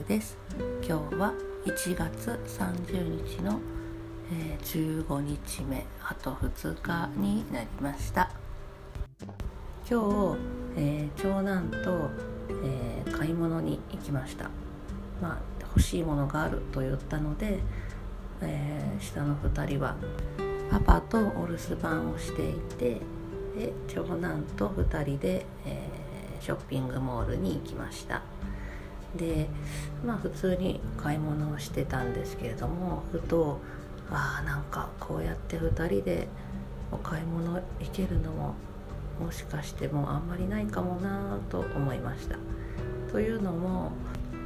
です。今日は1月30日の、15日目、あと2日になりました。今日、長男と、買い物に行きました。欲しいものがあると言ったので、下の2人はパパとお留守番をしていて、長男と2人で、ショッピングモールに行きました。で、普通に買い物をしてたんですけれども、ふとなんかこうやって2人でお買い物行けるのももしかしてもうあんまりないかもなと思いました。というのも、思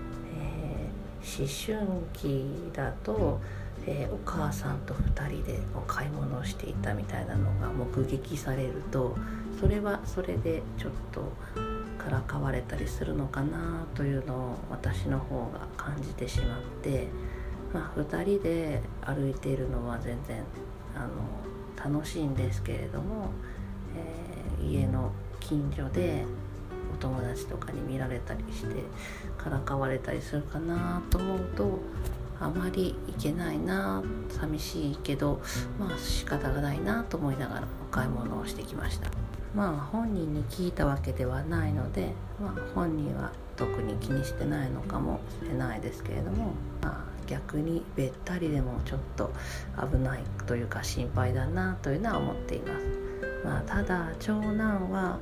春期だと、お母さんと2人でお買い物をしていたみたいなのが目撃されると、それはそれでちょっとからかわれたりするのかなというのを私の方が感じてしまって、2人で歩いているのは全然楽しいんですけれども、家の近所でお友達とかに見られたりしてからかわれたりするかなと思うと、あまりいけないな、寂しいけど仕方がないなと思いながらお買い物をしてきました。本人に聞いたわけではないので、本人は特に気にしてないのかもしれないですけれども、逆にべったりでもちょっと危ないというか心配だなというのは思っています。ただ長男は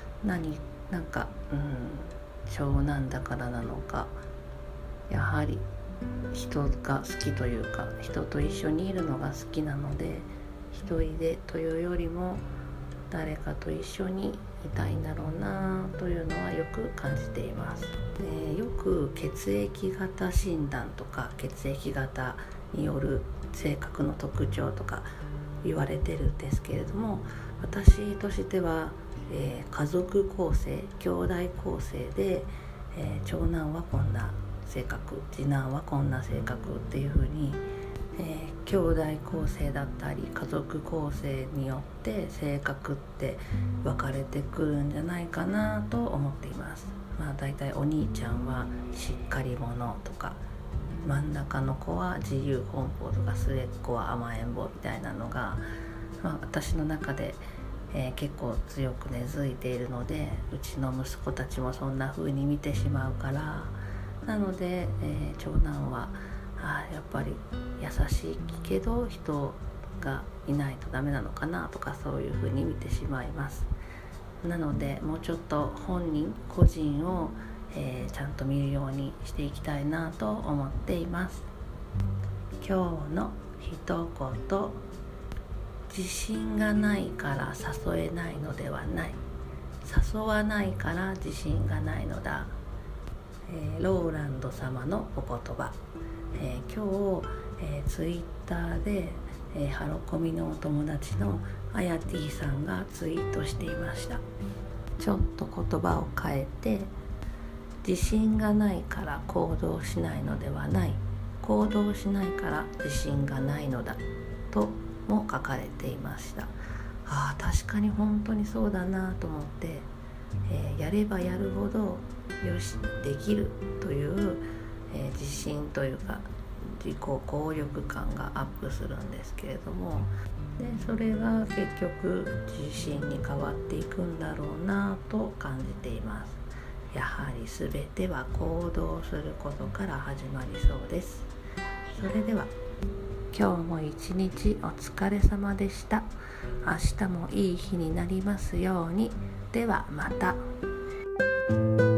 長男だからなのか、やはり人が好きというか、人と一緒にいるのが好きなので、一人でというよりも誰かと一緒にいたいんだろうなというのはよく感じています。よく血液型診断とか血液型による性格の特徴とか言われてるんですけれども、私としては、家族構成、兄弟構成で、長男はこんな性格、次男はこんな性格っていう風に、兄弟構成だったり家族構成によって性格って分かれてくるんじゃないかなと思っています。だいたいお兄ちゃんはしっかり者とか、真ん中の子は自由奔放とか、末っ子は甘えん坊みたいなのが、私の中で、結構強く根付いているので、うちの息子たちもそんな風に見てしまうから、なので、長男はやっぱり優しいけど人がいないとダメなのかなとか、そういう風に見てしまいます。なのでもうちょっと本人個人を、ちゃんと見るようにしていきたいなと思っています。今日の一言、自信がないから誘えないのではない、誘わないから自信がないのだ。ローランド様のお言葉。今日、ツイッターで、ハロコミのお友達のあやてぃさんがツイートしていました。ちょっと言葉を変えて、自信がないから行動しないのではない、行動しないから自信がないのだとも書かれていました。確かに本当にそうだなと思って、やればやるほどよしできるという、自信というか自己効力感がアップするんですけれども、でそれが結局自信に変わっていくんだろうなと感じています。やはり全ては行動することから始まりそうです。それでは今日も一日お疲れ様でした。明日もいい日になりますように。ではまた。